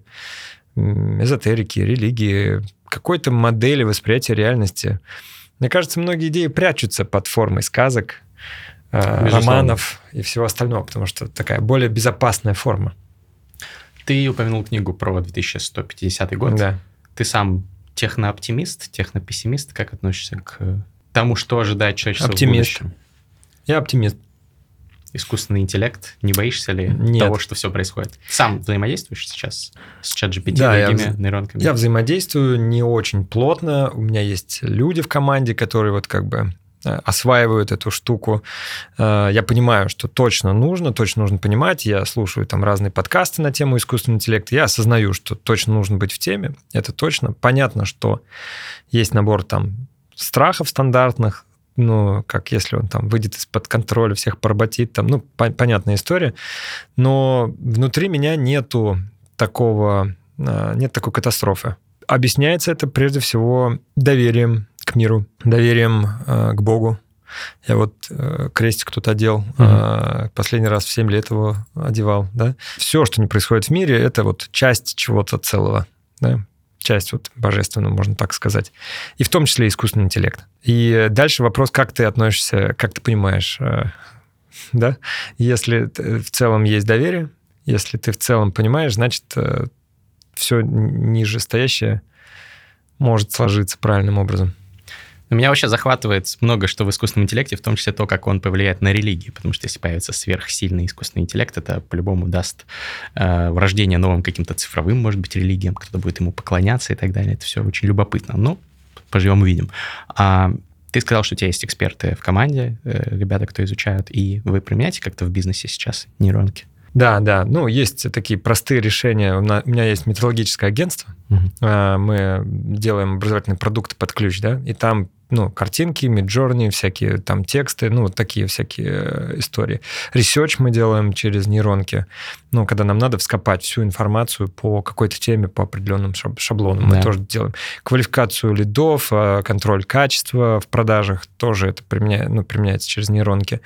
эзотерики, религии, какой-то модели восприятия реальности. Мне кажется, многие идеи прячутся под формой сказок, романов и всего остального, потому что такая более безопасная форма. Ты упомянул книгу про 2150 год. Да. Ты сам технооптимист, технопессимист? Как относишься к тому, что ожидает человечество в будущем? Я оптимист. Искусственный интеллект. Не боишься ли того, что все происходит? Сам взаимодействуешь сейчас с ChatGPT, другими нейронками? Я взаимодействую не очень плотно. У меня есть люди в команде, которые вот как бы осваивают эту штуку. Я понимаю, что точно нужно понимать. Я слушаю там разные подкасты на тему искусственного интеллекта. Я осознаю, что точно нужно быть в теме. Это точно. Понятно, что есть набор там страхов стандартных, ну, как если он там выйдет из-под контроля, всех поработит, там, ну, понятная история. Но внутри меня нету такой катастрофы. Объясняется это прежде всего доверием к миру, доверием к Богу. Я вот крестик тут одел, последний раз в 7 лет его одевал, да. Все, что не происходит в мире, это вот часть чего-то целого, да? Часть вот божественного, можно так сказать. И в том числе искусственный интеллект. И дальше вопрос, как ты относишься, как ты понимаешь, да? Если в целом есть доверие, если ты в целом понимаешь, значит, все нижестоящее может сложиться правильным образом. Меня вообще захватывает много что в искусственном интеллекте, в том числе то, как он повлияет на религии, потому что если появится сверхсильный искусственный интеллект, это по-любому даст рождение новым каким-то цифровым, может быть, религиям, кто-то будет ему поклоняться и так далее. Это все очень любопытно. Но поживем увидим. Ты сказал, что у тебя есть эксперты в команде, ребята, кто изучают, и вы применяете как-то в бизнесе сейчас нейронки? Да. Ну, есть такие простые решения. У меня есть метрологическое агентство. Мы делаем образовательные продукты под ключ, да, и там, ну, картинки, Midjourney, всякие там тексты, ну, вот такие всякие истории. Research мы делаем через нейронки. Ну, когда нам надо вскопать всю информацию по какой-то теме, по определенным шаблонам, мы тоже делаем. Квалификацию лидов, контроль качества в продажах тоже это применяется через нейронки.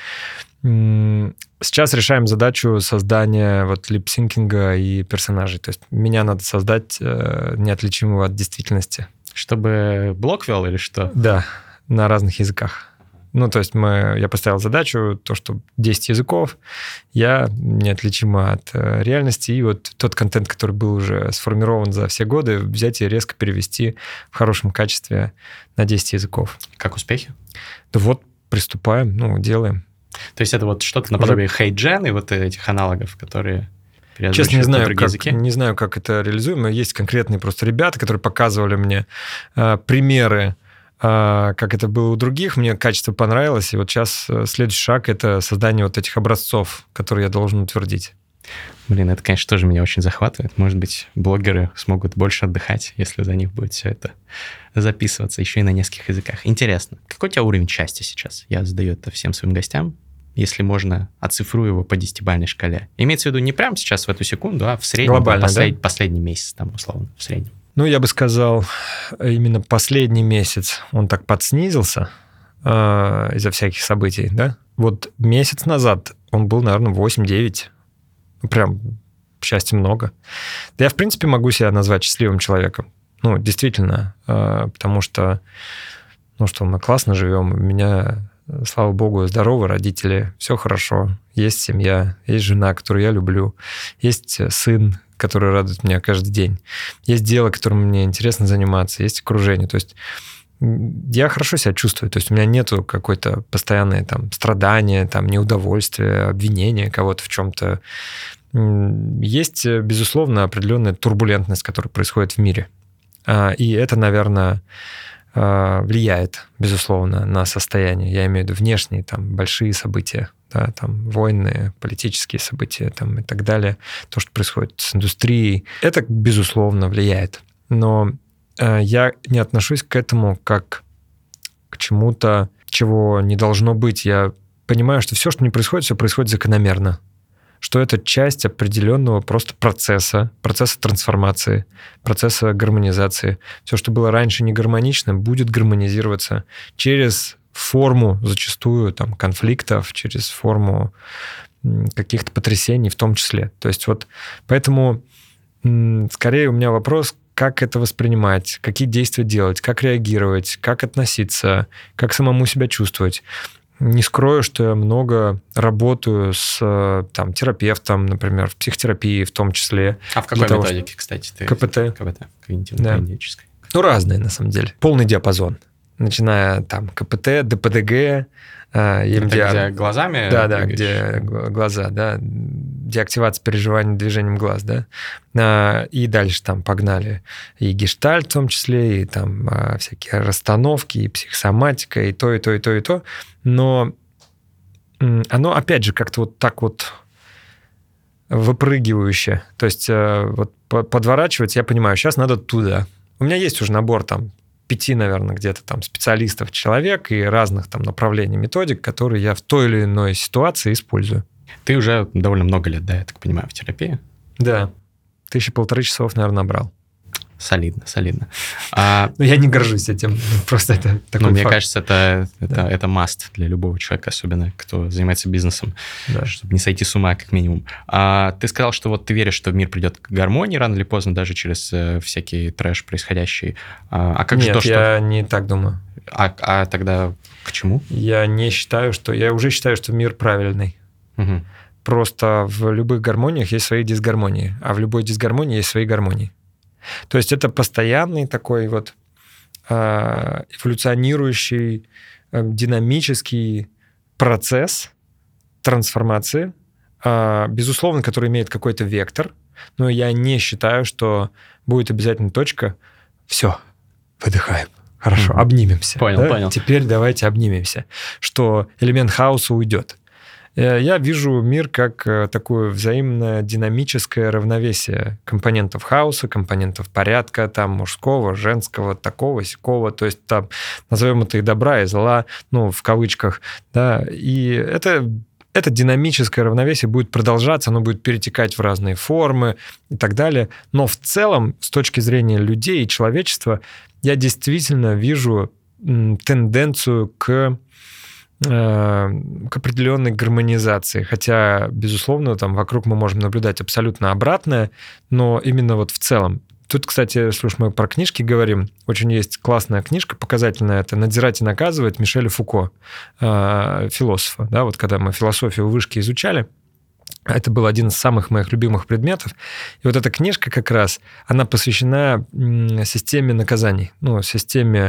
Сейчас решаем задачу создания вот липсинкинга и персонажей. То есть меня надо создать неотличимого от действительности. Чтобы блог вел или что? Да, на разных языках. Ну, то есть я поставил задачу, то, что 10 языков, я неотличима от реальности, и вот тот контент, который был уже сформирован за все годы, взять и резко перевести в хорошем качестве на 10 языков. Как успехи? Да вот, приступаем, делаем. То есть это вот что-то наподобие HeyGen и вот этих аналогов, которые... Честно, не знаю, как это реализуемо. Есть конкретные просто ребята, которые показывали мне примеры, как это было у других. Мне качество понравилось. И вот сейчас следующий шаг — это создание вот этих образцов, которые я должен утвердить. Блин, это, конечно, тоже меня очень захватывает. Может быть, блогеры смогут больше отдыхать, если за них будет все это записываться, еще и на нескольких языках. Интересно, какой у тебя уровень счастья сейчас? Я задаю это всем своим гостям. Если можно, оцифрую его по 10-бальной шкале. Имеется в виду не прямо сейчас, в эту секунду, а в среднем, последний месяц, там, условно, в среднем. Ну, я бы сказал, именно последний месяц он так подснизился из-за всяких событий, да? Вот месяц назад он был, наверное, 8-9. Прям счастья много. Да я, в принципе, могу себя назвать счастливым человеком. Ну, действительно, потому что, мы классно живем, у меня, слава богу, здоровы родители, все хорошо, есть семья, есть жена, которую я люблю, есть сын, который радует меня каждый день, есть дело, которым мне интересно заниматься, есть окружение. То есть я хорошо себя чувствую, то есть у меня нету какой-то постоянной там страдания, там неудовольствия, обвинения кого-то в чем-то. Есть, безусловно, определенная турбулентность, которая происходит в мире. И это, наверное, влияет, безусловно, на состояние. Я имею в виду внешние, там, большие события, да, там, войны, политические события, там, и так далее. То, что происходит с индустрией. Это, безусловно, влияет. Но я не отношусь к этому как к чему-то, чего не должно быть. Я понимаю, что все, что не происходит, все происходит закономерно. Что это часть определенного просто процесса трансформации, процесса гармонизации. Все, что было раньше не гармонично, будет гармонизироваться через форму зачастую там, конфликтов, через форму каких-то потрясений в том числе. То есть вот поэтому скорее у меня вопрос, как это воспринимать, какие действия делать, как реагировать, как относиться, как самому себя чувствовать. Не скрою, что я много работаю с там, терапевтом, например, в психотерапии в том числе. А в какой методике, кстати? КПТ. Когнитивно-поведенческой. Да. Ну, разные, на самом деле. Полный диапазон. Начиная там КПТ, ДПДГ, EMDR. Где глазами? Да, где глаза, да. Деактивация переживаний движением глаз, да. И дальше там погнали и гештальт в том числе, и там всякие расстановки, и психосоматика, и то, и то, и то, и то. Но оно, опять же, как-то вот так вот выпрыгивающе. То есть вот подворачивать, я понимаю, сейчас надо туда. У меня есть уже набор там 5, наверное, где-то там специалистов, человек и разных там направлений, методик, которые я в той или иной ситуации использую. Ты уже довольно много лет, да, я так понимаю, в терапии? Да. 1,5 часов, наверное, набрал. Солидно. Но я не горжусь этим, просто это такой факт. Мне кажется, это must для любого человека, особенно кто занимается бизнесом, да. Чтобы не сойти с ума, как минимум. Ты сказал, что вот ты веришь, что мир придет к гармонии рано или поздно, даже через всякий трэш происходящий. Нет, я не так думаю. А тогда к чему? Я уже считаю, что мир правильный. Угу. Просто в любых гармониях есть свои дисгармонии, а в любой дисгармонии есть свои гармонии. То есть это постоянный такой вот эволюционирующий, динамический процесс трансформации, безусловно, который имеет какой-то вектор, но я не считаю, что будет обязательно точка «все, выдыхаем». Хорошо, обнимемся. Понял. Теперь давайте обнимемся, что элемент хаоса уйдет. Я вижу мир как такое взаимное динамическое равновесие компонентов хаоса, компонентов порядка, там мужского, женского, такого, сякого, то есть там назовем это и добра, и зла, ну, в кавычках, да, и это динамическое равновесие будет продолжаться, оно будет перетекать в разные формы и так далее, но в целом, с точки зрения людей и человечества, я действительно вижу тенденцию к определенной гармонизации. Хотя, безусловно, там вокруг мы можем наблюдать абсолютно обратное, но именно вот в целом. Тут, кстати, если уж мы про книжки говорим, очень есть классная книжка показательная, это «Надзирать и наказывать» Мишеля Фуко, философа. Да, вот когда мы философию в вышке изучали, это был один из самых моих любимых предметов. И вот эта книжка как раз, она посвящена системе наказаний, ну, системе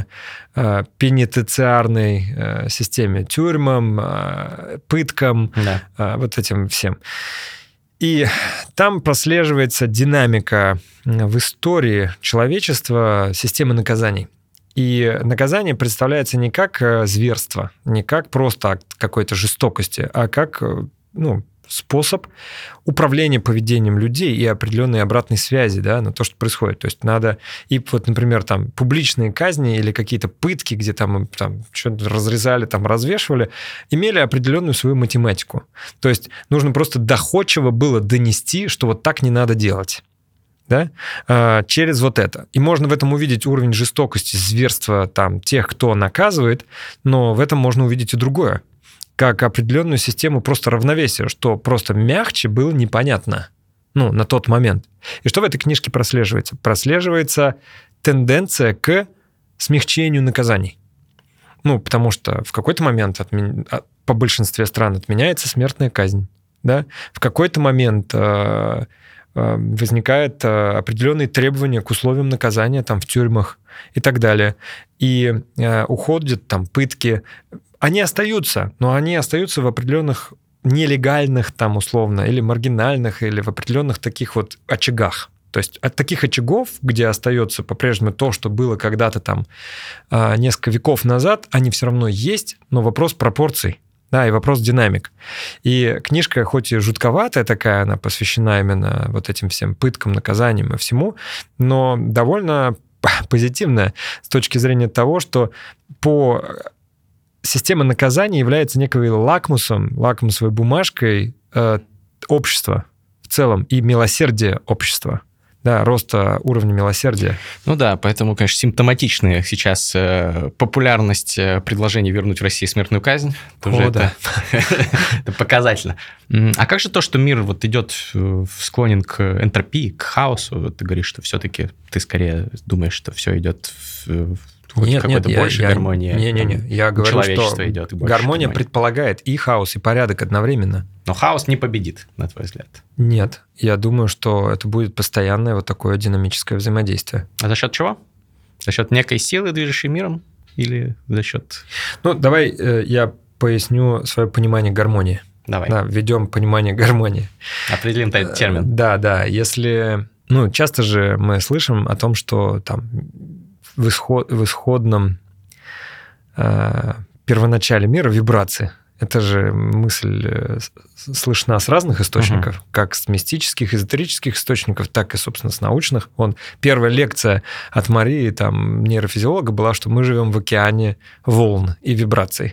пенитенциарной системе, тюрьмам, пыткам, вот этим всем. И там прослеживается динамика в истории человечества системы наказаний. И наказание представляется не как зверство, не как просто акт какой-то жестокости, а как способ управления поведением людей и определенной обратной связи, да, на то, что происходит. То есть надо... И вот, например, там публичные казни или какие-то пытки, где там что-то разрезали, там развешивали, имели определенную свою математику. То есть нужно просто доходчиво было донести, что вот так не надо делать. Да? Через вот это. И можно в этом увидеть уровень жестокости, зверства там, тех, кто наказывает, но в этом можно увидеть и другое, как определенную систему просто равновесия, что просто мягче было непонятно, на тот момент. И что в этой книжке прослеживается? Прослеживается тенденция к смягчению наказаний. Потому что в какой-то момент по большинстве стран отменяется смертная казнь. Да? В какой-то момент возникают определенные требования к условиям наказания там, в тюрьмах и так далее. И уходят там пытки. Они остаются, но они остаются в определенных нелегальных там условно или маргинальных, или в определенных таких вот очагах. То есть от таких очагов, где остается по-прежнему то, что было когда-то там несколько веков назад, они все равно есть, но вопрос пропорций. Да, и вопрос динамик. И книжка, хоть и жутковатая такая, она посвящена именно вот этим всем пыткам, наказаниям и всему, но довольно позитивная с точки зрения того, что система наказания является некой лакмусовой бумажкой общества в целом и милосердия общества. Да, роста уровня милосердия. Поэтому, конечно, симптоматичная сейчас популярность предложений вернуть в России смертную казнь. Это показательно. А как же то, что мир идет склонен к энтропии, к хаосу? Ты говоришь, что все-таки ты скорее думаешь, что все идет в какой-то больше гармонии. Я говорю, что идет гармония предполагает и хаос, и порядок одновременно. Но хаос не победит, на твой взгляд? Нет. Я думаю, что это будет постоянное вот такое динамическое взаимодействие. А за счет чего? За счет некой силы, движущей миром? Или за счет... Давай я поясню свое понимание гармонии. Давай. Да, введем понимание гармонии. Определим этот термин. Да. Если... часто же мы слышим о том, что там в исходном первоначале мира вибрации. Это же мысль слышна с разных источников, как с мистических, эзотерических источников, так и, собственно, с научных. Первая лекция от Марии, там, нейрофизиолога, была, что мы живем в океане волн и вибраций,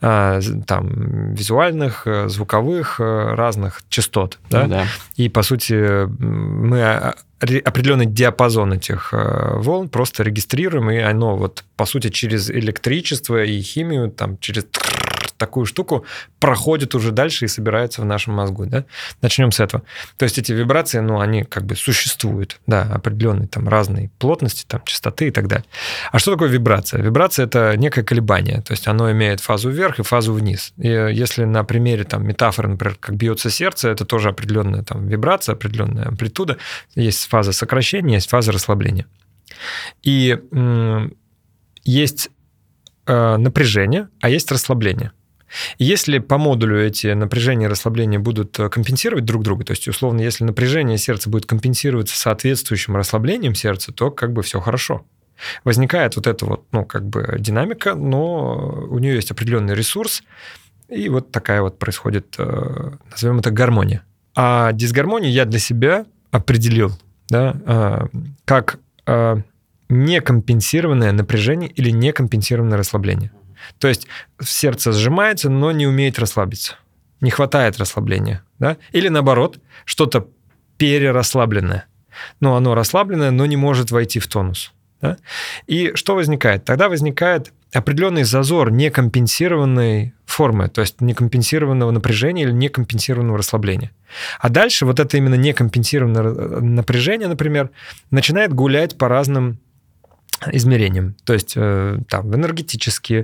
там, визуальных, звуковых, разных частот. Да? И, по сути, мы определенный диапазон этих волн просто регистрируем, и оно, по сути, через электричество и химию, там, через такую штуку проходит уже дальше и собирается в нашем мозгу. Да? Начнем с этого. То есть эти вибрации, они как бы существуют, да, определенные там разные плотности, там, частоты и так далее. А что такое вибрация? Вибрация – это некое колебание, то есть оно имеет фазу вверх и фазу вниз. И если на примере там, метафоры, например, как бьется сердце, это тоже определенная там, вибрация, определенная амплитуда. Есть фаза сокращения, есть фаза расслабления. И есть напряжение, а есть расслабление. Если по модулю эти напряжения и расслабления будут компенсировать друг друга, то есть, условно, если напряжение сердца будет компенсироваться соответствующим расслаблением сердца, то как бы все хорошо. Возникает вот эта динамика, но у нее есть определенный ресурс, и вот такая вот происходит, назовем это, гармония. А дисгармонию я для себя определил, да, как некомпенсированное напряжение или некомпенсированное расслабление. То есть сердце сжимается, но не умеет расслабиться. Не хватает расслабления. Да? Или наоборот, что-то перерасслабленное. Но оно расслабленное, но не может войти в тонус. Да? И что возникает? Тогда возникает определенный зазор некомпенсированной формы, то есть некомпенсированного напряжения или некомпенсированного расслабления. А дальше вот это именно некомпенсированное напряжение, например, начинает гулять по разным измерениям. То есть там энергетически,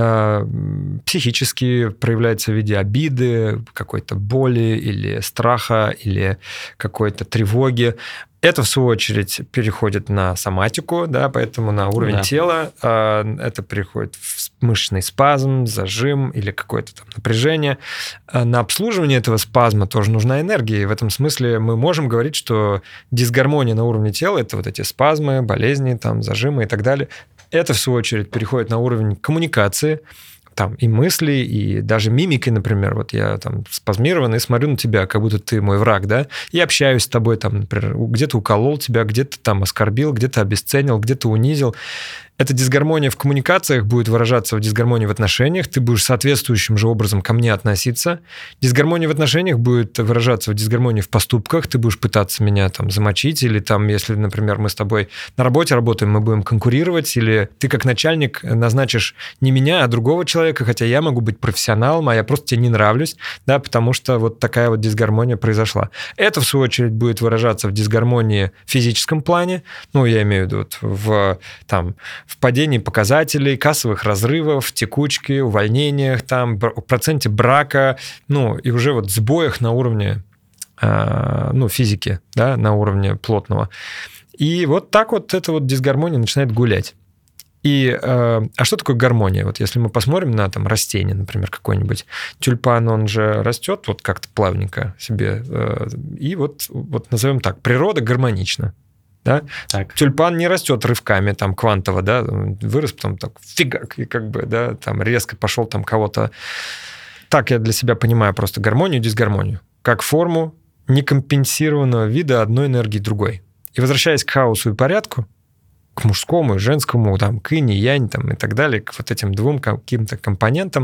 психически проявляется в виде обиды, какой-то боли или страха, или какой-то тревоги. Это, в свою очередь, переходит на соматику, да, поэтому на уровень тела. Это переходит в мышечный спазм, зажим или какое-то там напряжение. На обслуживание этого спазма тоже нужна энергия. И в этом смысле мы можем говорить, что дисгармония на уровне тела — это вот эти спазмы, болезни, там, зажимы и так далее. Это, в свою очередь, переходит на уровень коммуникации, там и мысли, и даже мимики, например. Вот я там спазмированный смотрю на тебя, как будто ты мой враг, да, и общаюсь с тобой, там, например, где-то уколол тебя, где-то там оскорбил, где-то обесценил, где-то унизил. Эта дисгармония в коммуникациях будет выражаться в дисгармонии в отношениях, ты будешь соответствующим же образом ко мне относиться. Дисгармония в отношениях будет выражаться в дисгармонии в поступках, ты будешь пытаться меня там замочить, или там, если, например, мы с тобой на работе работаем, мы будем конкурировать, или ты как начальник назначишь не меня, а другого человека, хотя я могу быть профессионалом, а я просто тебе не нравлюсь, да, потому что вот такая вот дисгармония произошла. Это, в свою очередь, будет выражаться в дисгармонии в физическом плане, ну, я имею в виду вот в падении показателей, кассовых разрывов, текучке, увольнениях, там, проценте брака, ну, и уже вот сбоях на уровне, физики, да, на уровне плотного. И вот так вот эта вот дисгармония начинает гулять. А что такое гармония? Вот если мы посмотрим на там растение, например, какой-нибудь тюльпан, он же растет вот как-то плавненько себе, и вот назовем так, природа гармонична. Да? Так. Тюльпан не растет рывками, там, квантово, да, вырос, потом так фигак, и как бы, да, там, резко пошел там кого-то. Так я для себя понимаю просто гармонию, дисгармонию, как форму некомпенсированного вида одной энергии другой. И возвращаясь к хаосу и порядку, к мужскому и женскому, там, к инь, янь, там, и так далее, к вот этим двум каким-то компонентам,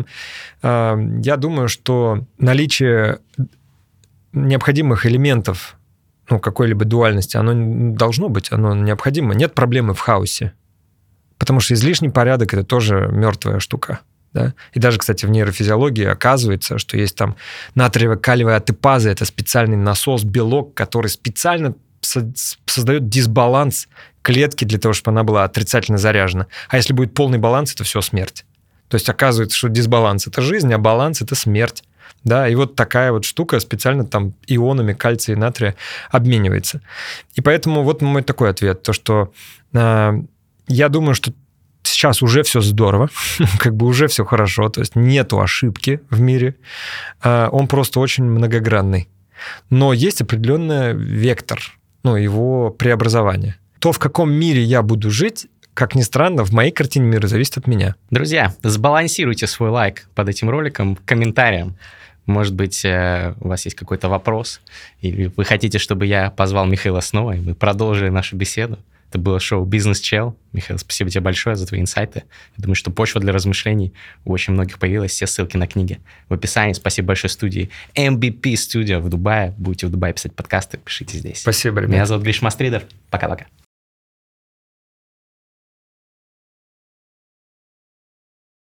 я думаю, что наличие необходимых элементов какой-либо дуальности, оно должно быть, оно необходимо. Нет проблемы в хаосе. Потому что излишний порядок — это тоже мертвая штука. Да? И даже, кстати, в нейрофизиологии оказывается, что есть там натриево-калиевая атипаза, это специальный насос, белок, который специально создает дисбаланс клетки для того, чтобы она была отрицательно заряжена. А если будет полный баланс, это все смерть. То есть оказывается, что дисбаланс — это жизнь, а баланс — это смерть. Да, и вот такая вот штука специально там ионами кальция и натрия обменивается. И поэтому вот мой такой ответ, то что я думаю, что сейчас уже все здорово, как бы уже все хорошо, то есть нету ошибки в мире, он просто очень многогранный. Но есть определенный вектор, его преобразования. То, в каком мире я буду жить, как ни странно, в моей картине мира зависит от меня. Друзья, сбалансируйте свой лайк под этим роликом комментарием. Может быть, у вас есть какой-то вопрос, или вы хотите, чтобы я позвал Михаила снова, и мы продолжили нашу беседу. Это было шоу «Бизнес Чел». Михаил, спасибо тебе большое за твои инсайты. Я думаю, что почва для размышлений у очень многих появилась. Все ссылки на книги в описании. Спасибо большой студии MBP Studio в Дубае. Будете в Дубае писать подкасты, пишите здесь. Спасибо, ребята. Меня зовут Гриша Мастридер. Пока-пока.